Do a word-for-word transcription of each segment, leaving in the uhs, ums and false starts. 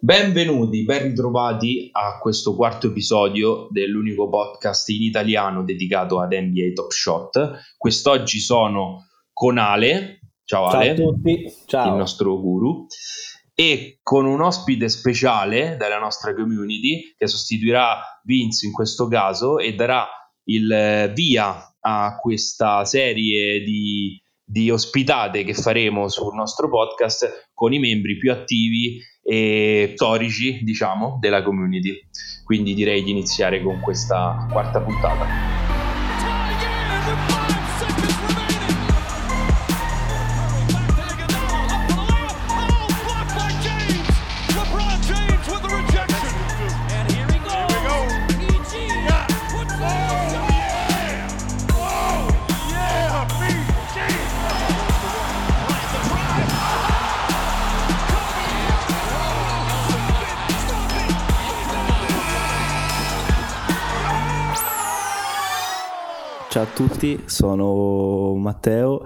Benvenuti, ben ritrovati a questo quarto episodio dell'unico podcast in italiano dedicato ad N B A Top Shot. Quest'oggi sono con Ale, ciao Ale, ciao a tutti, ciao. Il nostro guru, e con un ospite speciale della nostra community che sostituirà Vince in questo caso e darà il via a questa serie di, di ospitate che faremo sul nostro podcast con i membri più attivi e storici, diciamo, della community. Quindi direi di iniziare con questa quarta puntata. Ciao a tutti, sono Matteo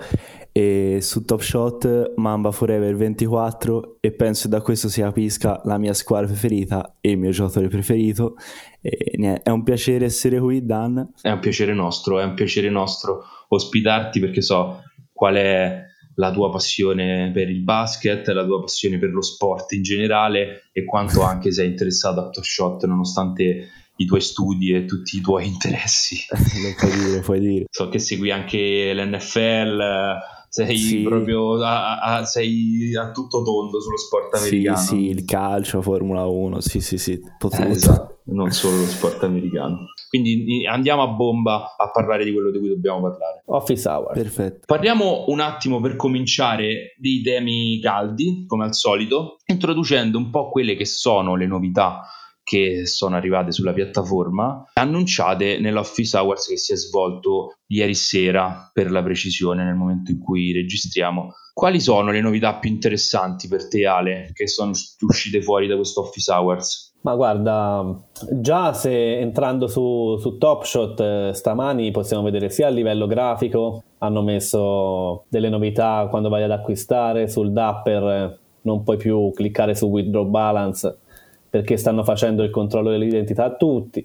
e su Top Shot Mamba Forever ventiquattro e penso da questo si capisca la mia squadra preferita e il mio giocatore preferito. E niente, è un piacere essere qui, Dan. È un piacere nostro, è un piacere nostro ospitarti perché so qual è la tua passione per il basket, la tua passione per lo sport in generale e quanto anche sei interessato a Top Shot nonostante i tuoi studi e tutti i tuoi interessi. Lo puoi dire, puoi dire. So che segui anche l'N F L, sei sì. proprio a, a, sei a tutto tondo sullo sport americano. Sì, sì, il calcio, Formula uno, sì, sì, sì, eh, esatto, non solo lo sport americano. Quindi andiamo a bomba a parlare di quello di cui dobbiamo parlare. Office Hour. Perfetto. Parliamo un attimo per cominciare di temi caldi, come al solito, introducendo un po' quelle che sono le novità che sono arrivate sulla piattaforma, annunciate nell'Office Hours che si è svolto ieri sera, per la precisione, nel momento in cui registriamo. Quali sono le novità più interessanti per te, Ale, che sono uscite fuori da questo Office Hours? Ma guarda, già se entrando su, su Top Shot eh, stamani possiamo vedere sia a livello grafico, hanno messo delle novità quando vai ad acquistare, sul Dapper eh, non puoi più cliccare su Withdraw Balance perché stanno facendo il controllo dell'identità a tutti.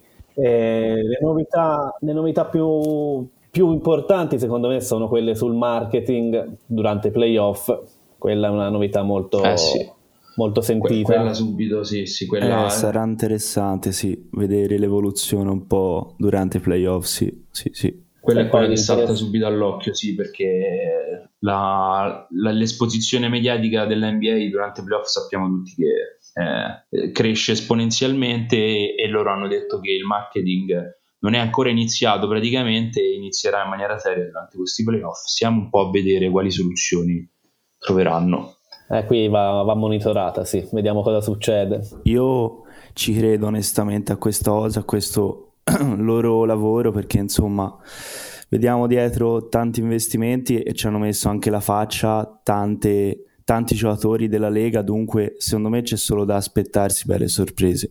E le novità, le novità più, più importanti secondo me sono quelle sul marketing durante i playoff. Quella è una novità molto, eh sì. molto sentita. Que- quella subito, sì, sì quella eh, sarà interessante, sì, vedere l'evoluzione un po' durante i playoff, sì, sì, sì. Quella è quella che salta subito all'occhio, sì, perché la, la, l'esposizione mediatica dell'N B A durante i playoff sappiamo tutti che Eh, cresce esponenzialmente e, e loro hanno detto che il marketing non è ancora iniziato praticamente e inizierà in maniera seria durante questi playoff. Stiamo un po' a vedere quali soluzioni troveranno. Eh, qui va, va monitorata, sì, vediamo cosa succede. Io ci credo onestamente a questa cosa, a questo loro lavoro, perché insomma vediamo dietro tanti investimenti e ci hanno messo anche la faccia tante tanti giocatori della Lega, dunque secondo me c'è solo da aspettarsi belle sorprese.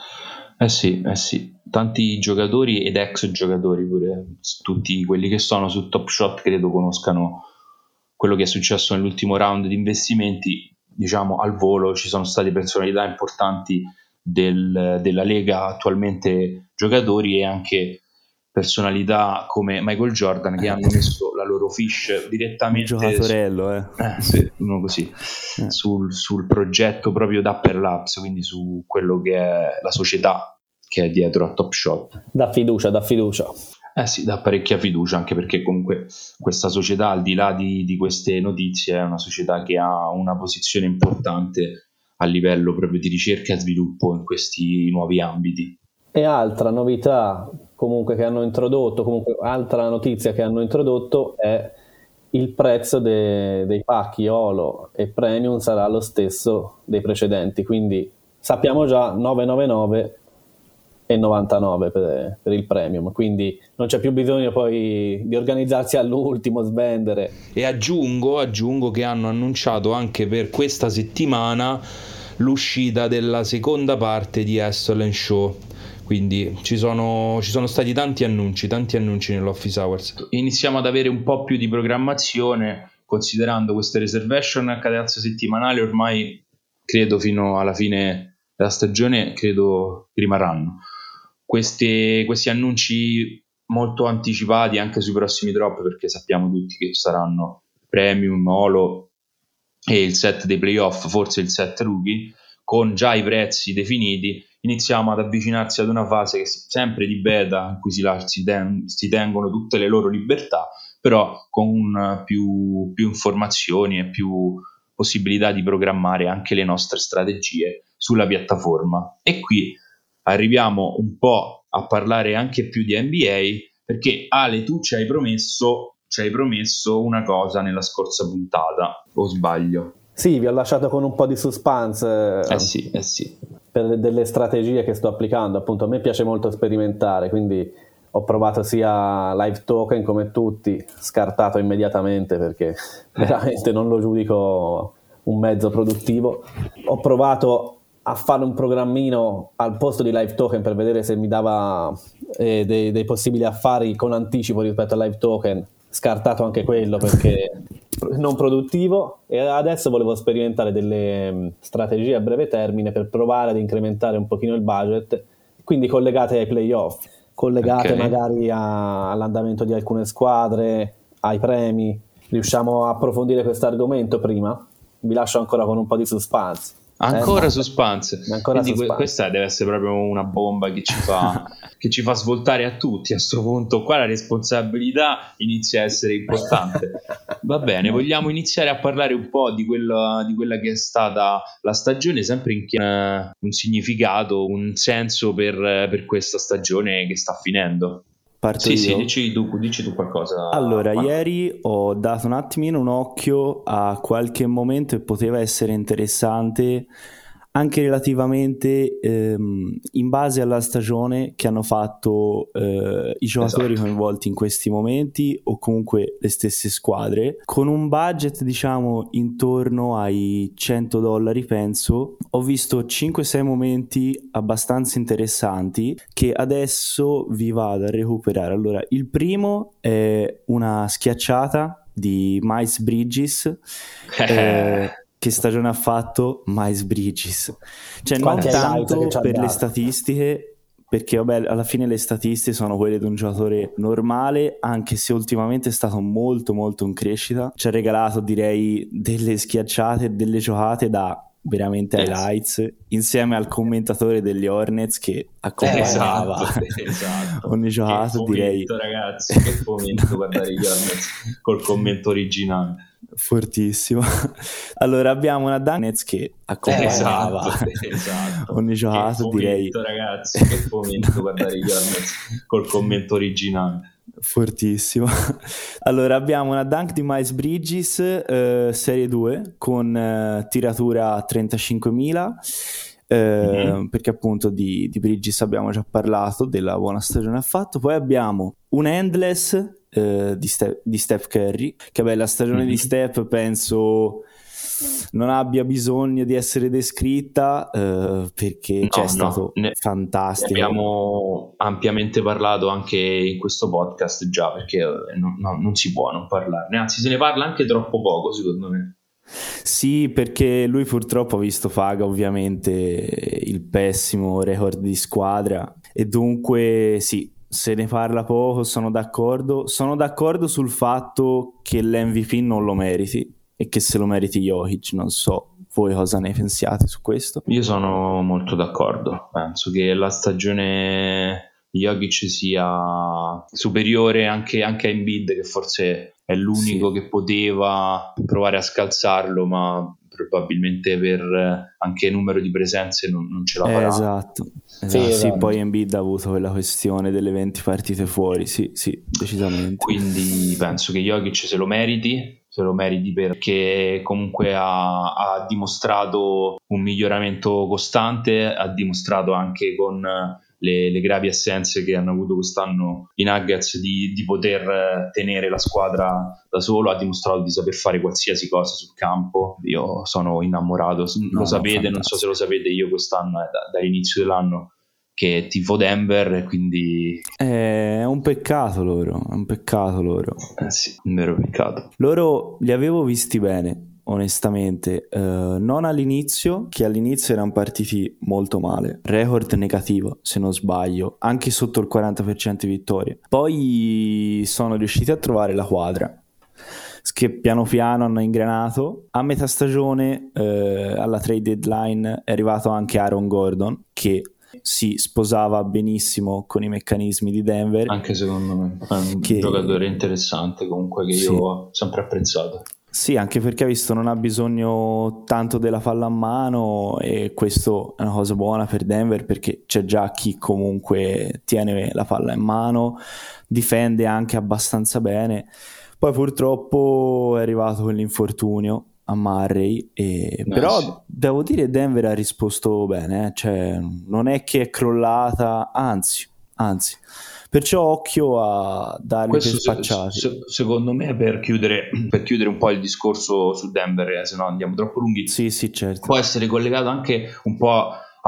Eh sì, eh sì, tanti giocatori ed ex giocatori pure, tutti quelli che sono su Top Shot credo conoscano quello che è successo nell'ultimo round di investimenti, diciamo al volo ci sono state personalità importanti del, della Lega, attualmente giocatori e anche personalità come Michael Jordan che hanno messo la loro fish direttamente un giocatorello eh. eh, sì, uno così eh. sul, sul progetto proprio Dapper Labs, quindi su quello che è la società che è dietro a Top Shot. Da fiducia, da fiducia. Eh sì, dà parecchia fiducia, anche perché comunque questa società, al di là di, di queste notizie, è una società che ha una posizione importante a livello proprio di ricerca e sviluppo in questi nuovi ambiti. E altra novità comunque che hanno introdotto, comunque altra notizia che hanno introdotto è il prezzo de, dei pacchi Holo e Premium sarà lo stesso dei precedenti, quindi sappiamo già nove virgola novantanove e novantanove per, per il Premium, quindi non c'è più bisogno poi di organizzarsi all'ultimo, svendere. E aggiungo, aggiungo che hanno annunciato anche per questa settimana l'uscita della seconda parte di Hustle and Show. Quindi ci sono, ci sono stati tanti annunci, tanti annunci nell'Office Hours. Iniziamo ad avere un po' più di programmazione, considerando queste reservation a cadenza settimanale ormai credo fino alla fine della stagione credo rimarranno. Queste, questi annunci molto anticipati anche sui prossimi drop, perché sappiamo tutti che saranno Premium, Holo e il set dei playoff, forse il set rookie, con già i prezzi definiti, iniziamo ad avvicinarsi ad una fase che sempre di beta, in cui si, si, ten, si tengono tutte le loro libertà, però con più, più informazioni e più possibilità di programmare anche le nostre strategie sulla piattaforma. E qui arriviamo un po' a parlare anche più di N B A, perché Ale, tu ci hai promesso, ci hai promesso una cosa nella scorsa puntata, o sbaglio? Sì, vi ho lasciato con un po' di suspense eh sì, eh sì. per delle strategie che sto applicando. Appunto, a me piace molto sperimentare, quindi ho provato sia live token come tutti, scartato immediatamente perché veramente non lo giudico un mezzo produttivo. Ho provato a fare un programmino al posto di live token per vedere se mi dava eh, dei, dei possibili affari con anticipo rispetto a live token, scartato anche quello perché non produttivo, e adesso volevo sperimentare delle strategie a breve termine per provare ad incrementare un pochino il budget, quindi collegate ai playoff, collegate okay. magari a, all'andamento di alcune squadre, ai premi. Riusciamo a approfondire questo argomento prima? Vi lascio ancora con un po' di suspense. Ancora eh, suspense. Ancora Quindi suspense. Questa deve essere proprio una bomba che ci fa che ci fa svoltare a tutti. A sto punto qua la responsabilità inizia a essere importante. Va bene, vogliamo iniziare a parlare un po' di quella, di quella che è stata la stagione, sempre in uh, un significato, un senso per, per questa stagione che sta finendo. Parto sì, io? sì, dici tu, dici tu qualcosa. Allora, Ma... ieri ho dato un attimino un occhio a qualche momento e poteva essere interessante anche relativamente ehm, in base alla stagione che hanno fatto eh, i giocatori esatto. coinvolti in questi momenti, o comunque le stesse squadre, con un budget diciamo intorno ai cento dollari penso. Ho visto cinque sei momenti abbastanza interessanti che adesso vi vado a recuperare. Allora, il primo è una schiacciata di Miles Bridges. eh, Che stagione ha fatto Miles Bridges? Cioè Quanti non tanto per dato? le statistiche, perché vabbè, alla fine le statistiche sono quelle di un giocatore normale, anche se ultimamente è stato molto molto in crescita. Ci ha regalato direi delle schiacciate, delle giocate da veramente highlights, insieme al commentatore degli Hornets che accompagnava esatto, esatto. ogni giocata, che direi. Ragazzi, che momento guardare gli Hornets col commento originale. Fortissimo. Allora abbiamo una Danez che accompagnava esatto, esatto. ogni giocata, direi. Ragazzi, che momento guardare gli Hornets col commento originale. Fortissimo. Allora abbiamo una dunk di Miles Bridges eh, serie due con eh, tiratura a trentacinquemila eh, mm-hmm. perché appunto di, di Bridges abbiamo già parlato della buona stagione ha fatto. Poi abbiamo un endless Uh, di, Ste- di Steph Curry, che beh, la stagione mm-hmm. di Steph penso non abbia bisogno di essere descritta uh, perché no, c'è no, stato ne, fantastico. Ne abbiamo ampiamente parlato anche in questo podcast già, perché no, no, non si può non parlarne, anzi se ne parla anche troppo poco secondo me. Sì, perché lui purtroppo ha visto paga ovviamente il pessimo record di squadra e dunque sì, se ne parla poco. Sono d'accordo sono d'accordo sul fatto che l'M V P non lo meriti e che se lo meriti Jokic. Non so voi cosa ne pensiate su questo. Io sono molto d'accordo, penso che la stagione di Jokic sia superiore anche, anche a Embiid, che forse è l'unico sì. che poteva provare a scalzarlo, ma probabilmente per anche numero di presenze non, non ce la farà. Eh, esatto, esatto. Sì, esatto. Sì, poi Embiid ha avuto quella questione delle venti partite fuori, sì, sì, decisamente. Quindi penso che Jokic se lo meriti, se lo meriti perché comunque ha, ha dimostrato un miglioramento costante, ha dimostrato anche con le, le gravi assenze che hanno avuto quest'anno i Nuggets di, di poter tenere la squadra da solo, ha dimostrato di saper fare qualsiasi cosa sul campo. Io sono innamorato, lo no, sapete, non so se lo sapete, io quest'anno è da, dall'inizio dell'anno che tifo Denver, quindi è un peccato loro, è un peccato loro. Eh sì, un vero peccato. Loro li avevo visti bene, onestamente, uh, non all'inizio, che all'inizio erano partiti molto male, record negativo se non sbaglio, anche sotto il quaranta per cento di vittorie, poi sono riusciti a trovare la quadra che piano piano hanno ingranato. A metà stagione, eh, alla trade deadline, è arrivato anche Aaron Gordon, che si sposava benissimo con i meccanismi di Denver. Anche secondo me è un che... giocatore interessante comunque, che sì. io ho sempre apprezzato. Sì, anche perché ha visto non ha bisogno tanto della palla a mano, e questo è una cosa buona per Denver, perché c'è già chi comunque tiene la palla in mano, difende anche abbastanza bene. Poi purtroppo è arrivato quell'infortunio a Murray, e... no, però sì. devo dire Denver ha risposto bene, eh? Cioè, non è che è crollata, anzi, anzi. Perciò occhio a darli Questo per spacciati. Se, se, secondo me, per chiudere, per chiudere un po' il discorso su Denver, eh, se no andiamo troppo lunghi, sì, sì, certo. Può essere collegato anche un po'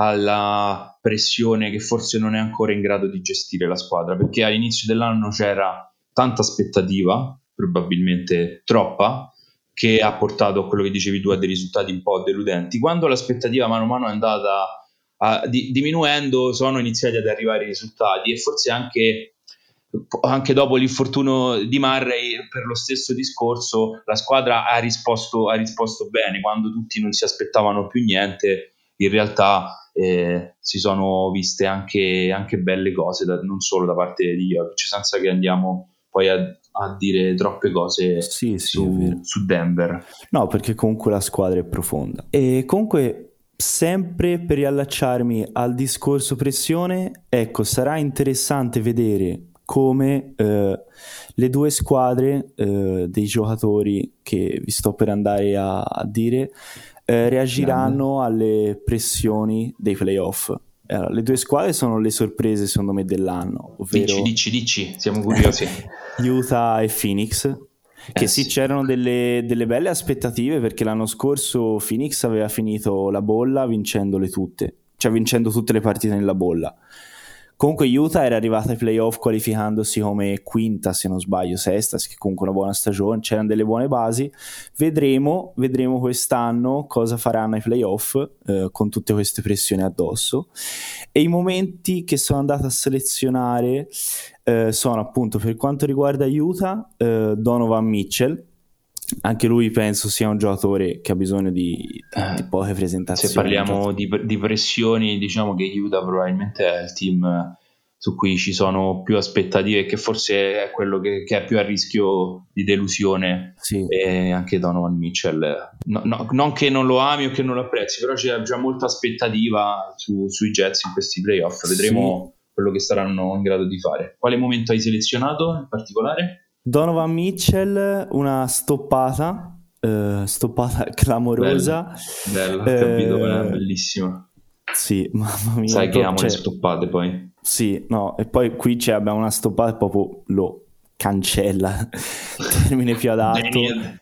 alla pressione che forse non è ancora in grado di gestire la squadra, perché all'inizio dell'anno c'era tanta aspettativa, probabilmente troppa, che ha portato a quello che dicevi tu, a dei risultati un po' deludenti. Quando l'aspettativa mano a mano è andata a, di, diminuendo, sono iniziati ad arrivare i risultati, e forse anche, anche dopo l'infortunio di Murray, per lo stesso discorso, la squadra ha risposto, ha risposto bene. Quando tutti non si aspettavano più niente, in realtà eh, si sono viste anche, anche belle cose, da, non solo da parte di Jokic, senza che andiamo poi a, a dire troppe cose sì, sì, su, su Denver. No, perché comunque la squadra è profonda. E comunque, sempre per riallacciarmi al discorso pressione, ecco, sarà interessante vedere come eh, le due squadre eh, dei giocatori che vi sto per andare a, a dire eh, reagiranno alle pressioni dei playoff. Allora, le due squadre sono le sorprese secondo me dell'anno, ovvero dici, dici, dici, siamo curiosi. Utah e Phoenix, che eh, sì, sì, c'erano delle, delle belle aspettative, perché l'anno scorso Phoenix aveva finito la bolla vincendole tutte, cioè vincendo tutte le partite nella bolla. Comunque Utah era arrivata ai playoff qualificandosi come quinta, se non sbaglio, sesta, che comunque una buona stagione, c'erano delle buone basi. Vedremo, vedremo quest'anno cosa faranno ai playoff eh, con tutte queste pressioni addosso. E i momenti che sono andato a selezionare eh, sono appunto, per quanto riguarda Utah, eh, Donovan Mitchell. Anche lui penso sia un giocatore che ha bisogno di, di, di poche presentazioni. Se parliamo di, di pressioni, diciamo che Utah probabilmente è il team su cui ci sono più aspettative, e che forse è quello che, che è più a rischio di delusione. Sì. E anche Donovan Mitchell, no, no, non che non lo ami o che non lo apprezzi, però c'è già molta aspettativa su, sui Jets in questi playoff. Vedremo sì. quello che saranno in grado di fare. Quale momento hai selezionato in particolare? Donovan Mitchell, una stoppata, eh, stoppata clamorosa. Bella, bella, eh, capito, è bellissima. Sì, mamma mia. Sai che amo le stoppate poi. Sì, no, e poi qui c'è, abbiamo una stoppata proprio lo cancella, termine più adatto.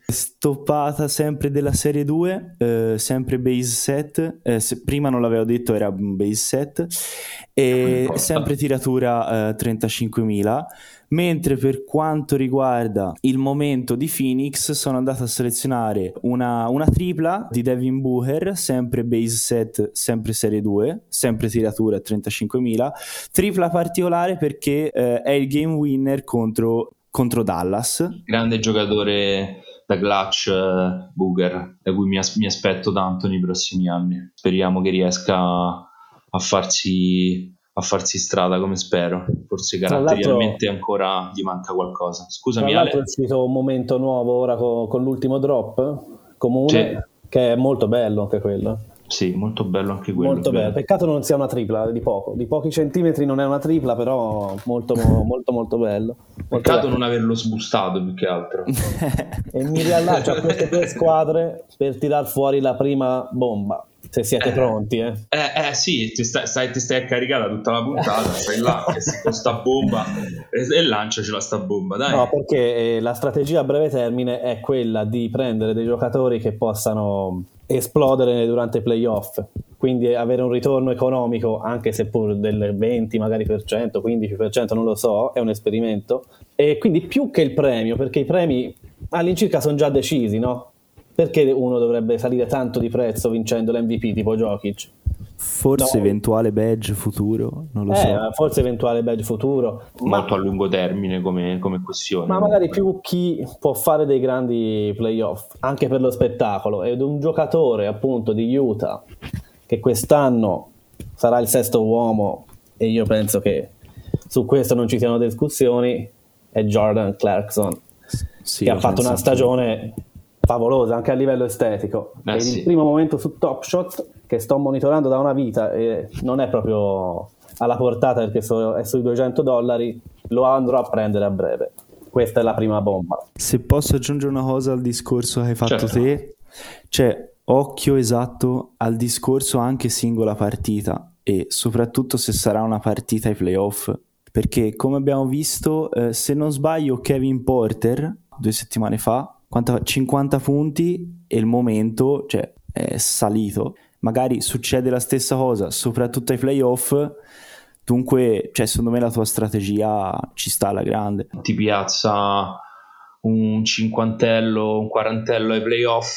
Stoppata sempre della serie due, eh, sempre base set, eh, se prima non l'avevo detto era base set, e sempre tiratura eh, trentacinquemila. Mentre per quanto riguarda il momento di Phoenix, sono andato a selezionare una, una tripla di Devin Booker, sempre base set, sempre serie due, sempre tiratura trentacinquemila. Tripla particolare perché eh, è il game winner contro, contro Dallas. Grande giocatore da clutch, uh, Booker, da cui mi, as- mi aspetto tanto nei prossimi anni. Speriamo che riesca a farsi... a farsi strada, come spero. Forse caratterialmente ancora gli manca qualcosa. Scusami, tra l'altro Ale. È uscito un momento nuovo ora con, con l'ultimo drop comune, sì, che è molto bello anche quello. Sì, molto bello anche quello. Molto bello. Peccato non sia una tripla, di poco, di pochi centimetri non è una tripla, però molto molto molto bello. Molto Peccato bello. non averlo sbustato più che altro. E mi riallaccio a queste due squadre per tirar fuori la prima bomba. Se siete eh, pronti, eh. Eh, eh sì, ti stai, stai, ti stai a caricare tutta la puntata, stai là che si con sta bomba e, e lanciacela sta bomba, dai. No, perché eh, la strategia a breve termine è quella di prendere dei giocatori che possano esplodere durante i playoff, quindi avere un ritorno economico, anche se pur del venti magari per cento, quindici per cento, non lo so, è un esperimento. E quindi più che il premio, perché i premi all'incirca sono già decisi, no? Perché uno dovrebbe salire tanto di prezzo vincendo l'M V P tipo Jokic? Forse No. eventuale badge futuro, non lo Eh, so. forse eventuale badge futuro. Molto Ma, a lungo termine come, come questione. ma magari più chi può fare dei grandi playoff, anche per lo spettacolo, ed un giocatore appunto di Utah che quest'anno sarà il sesto uomo, e io penso che su questo non ci siano discussioni, è Jordan Clarkson, Sì, che ha lo fatto penso una anch'io. favolosa favolosa anche a livello estetico. Eh, È sì. il primo momento su Top Shot che sto monitorando da una vita e non è proprio alla portata perché so- è sui duecento dollari, lo andrò a prendere a breve. Questa è la prima bomba. Se posso aggiungere una cosa al discorso che hai fatto Certo. te, cioè occhio esatto al discorso anche singola partita e soprattutto se sarà una partita ai playoff, perché come abbiamo visto, eh, se non sbaglio Kevin Porter due settimane fa, quanta- cinquanta punti e il momento, cioè, è salito. Magari succede la stessa cosa, soprattutto ai playoff, dunque, cioè, secondo me la tua strategia ci sta alla grande. Ti piazza un cinquantello, un quarantello ai playoff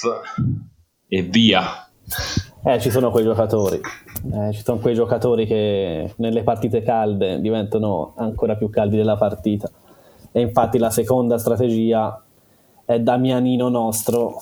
e via. Eh, ci sono quei giocatori. Eh, ci sono quei giocatori che nelle partite calde diventano ancora più caldi della partita. E infatti la seconda strategia è Damianino nostro.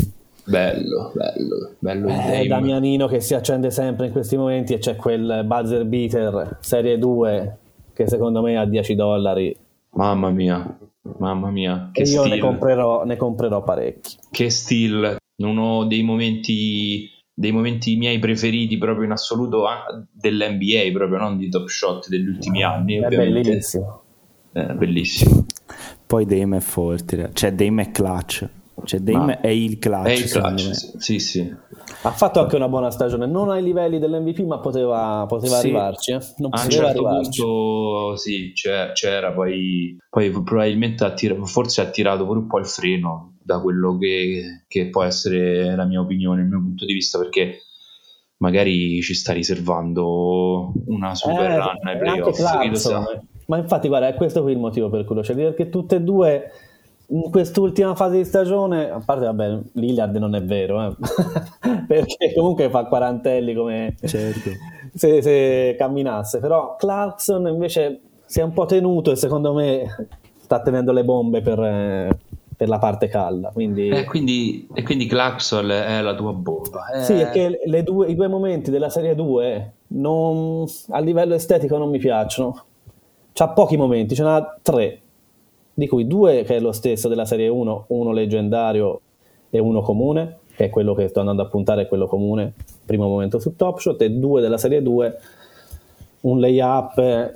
Bello, bello, bello il Eh, Dame. Damianino che si accende sempre in questi momenti e c'è quel buzzer beater serie due che secondo me a dieci dollari Mamma mia, mamma mia, che e io ne steal, comprerò, ne comprerò parecchi. che steal, uno dei momenti, dei momenti miei preferiti proprio in assoluto ah, dell'N B A, proprio non di Top Shot degli ultimi anni, È ovviamente. bellissimo. Eh, bellissimo. Poi Dame è forte, cioè Dame è clutch, cioè Dame Ma- è il clutch, È il secondo clutch, me. sì, sì, sì. Ha fatto anche una buona stagione, non ai livelli dell'M V P, ma poteva, poteva Sì. arrivarci. Eh? Non A un poteva certo arrivarci. punto sì, c'è- c'era, poi, poi probabilmente ha tira- forse ha tirato pure un po' il freno da quello che, che può essere la mia opinione, il mio punto di vista, perché magari ci sta riservando una super Eh, run ai e anche playoff, chi lo Clarkson. sa. Ma infatti, guarda, è questo qui il motivo per cui lo scegli, perché tutte e due in quest'ultima fase di stagione, a parte vabbè, Lillard non è vero, eh, perché comunque fa quarantelli come Certo. se, se camminasse, però Clarkson invece si è un po' tenuto e secondo me sta tenendo le bombe per, eh, per la parte calda, quindi... E quindi, e quindi Clarkson è la tua bomba. Eh, Sì, è che le due- i due momenti della serie due non- a livello estetico non mi piacciono. C'ha pochi momenti, ce n'ha tre, di cui due che è lo stesso della serie uno, uno leggendario e uno comune, che è quello che sto andando a puntare, è quello comune, primo momento su Top Shot, e due della serie due, un layup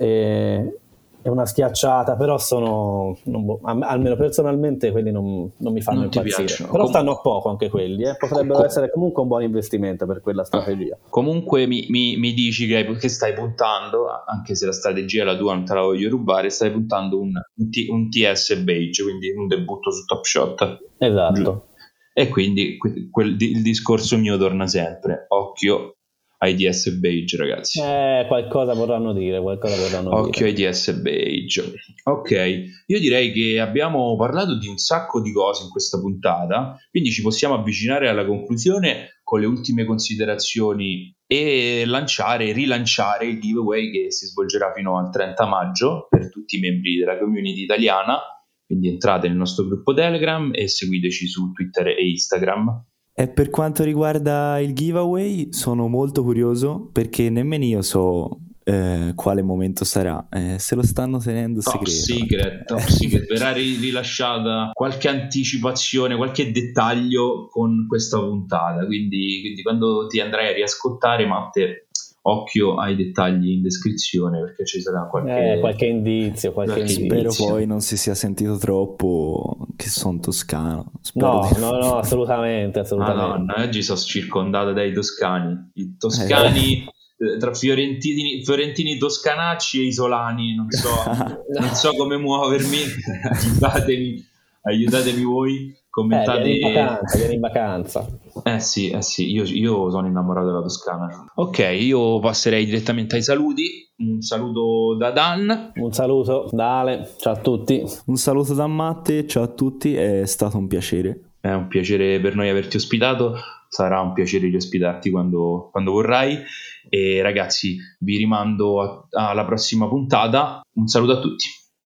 e, e una schiacciata, però sono, non boh, a- almeno personalmente quelli non, non mi fanno Non ti impazzire. piacciono. Però Com- stanno a poco anche quelli, eh. Potrebbero Com- essere comunque un buon investimento per quella strategia. Comunque mi, mi- mi dici che, hai- che stai puntando, anche se la strategia è la tua, non te la voglio rubare, stai puntando un, un, T, un T S Beige, quindi un debutto su Top Shot. Esatto. E quindi que- quel- il discorso mio torna sempre, occhio ai D S Beige, ragazzi. Eh, qualcosa vorranno dire, qualcosa vorranno Occhio dire. ai D S Beige. Ok, io direi che abbiamo parlato di un sacco di cose in questa puntata, quindi ci possiamo avvicinare alla conclusione con le ultime considerazioni e lanciare, rilanciare il giveaway che si svolgerà fino al trenta maggio per tutti i membri della community italiana. Quindi entrate nel nostro gruppo Telegram e seguiteci su Twitter e Instagram. E per quanto riguarda il giveaway, sono molto curioso perché nemmeno io so eh, quale momento sarà. Eh, se lo stanno tenendo Top segreto. secret, top secret. Verrà ri- rilasciata qualche anticipazione, qualche dettaglio con questa puntata. Quindi, quindi quando ti andrai a riascoltare, Matte, occhio ai dettagli in descrizione perché ci sarà qualche, Eh, qualche indizio, qualche qualche indizio. Spero Inizio. poi non si sia sentito troppo che sono toscano. Spero No, di- no, no, assolutamente, assolutamente. Madonna, oggi sono circondato dai toscani. I toscani eh, tra fiorentini, fiorentini toscanacci e isolani, non so, non so come muovermi. aiutatemi, aiutatemi voi. Eh, Commentate. vieni in vacanza, vieni in vacanza. Eh sì, eh sì, io, io sono innamorato della Toscana. Ok, io passerei direttamente ai saluti. Un saluto da Dan. Un saluto da Ale, ciao a tutti. Un saluto da Matte, ciao a tutti, è stato un piacere. è un piacere per noi averti ospitato, sarà un piacere riospitarti quando, quando vorrai, e ragazzi vi rimando a, alla prossima puntata, un saluto a tutti.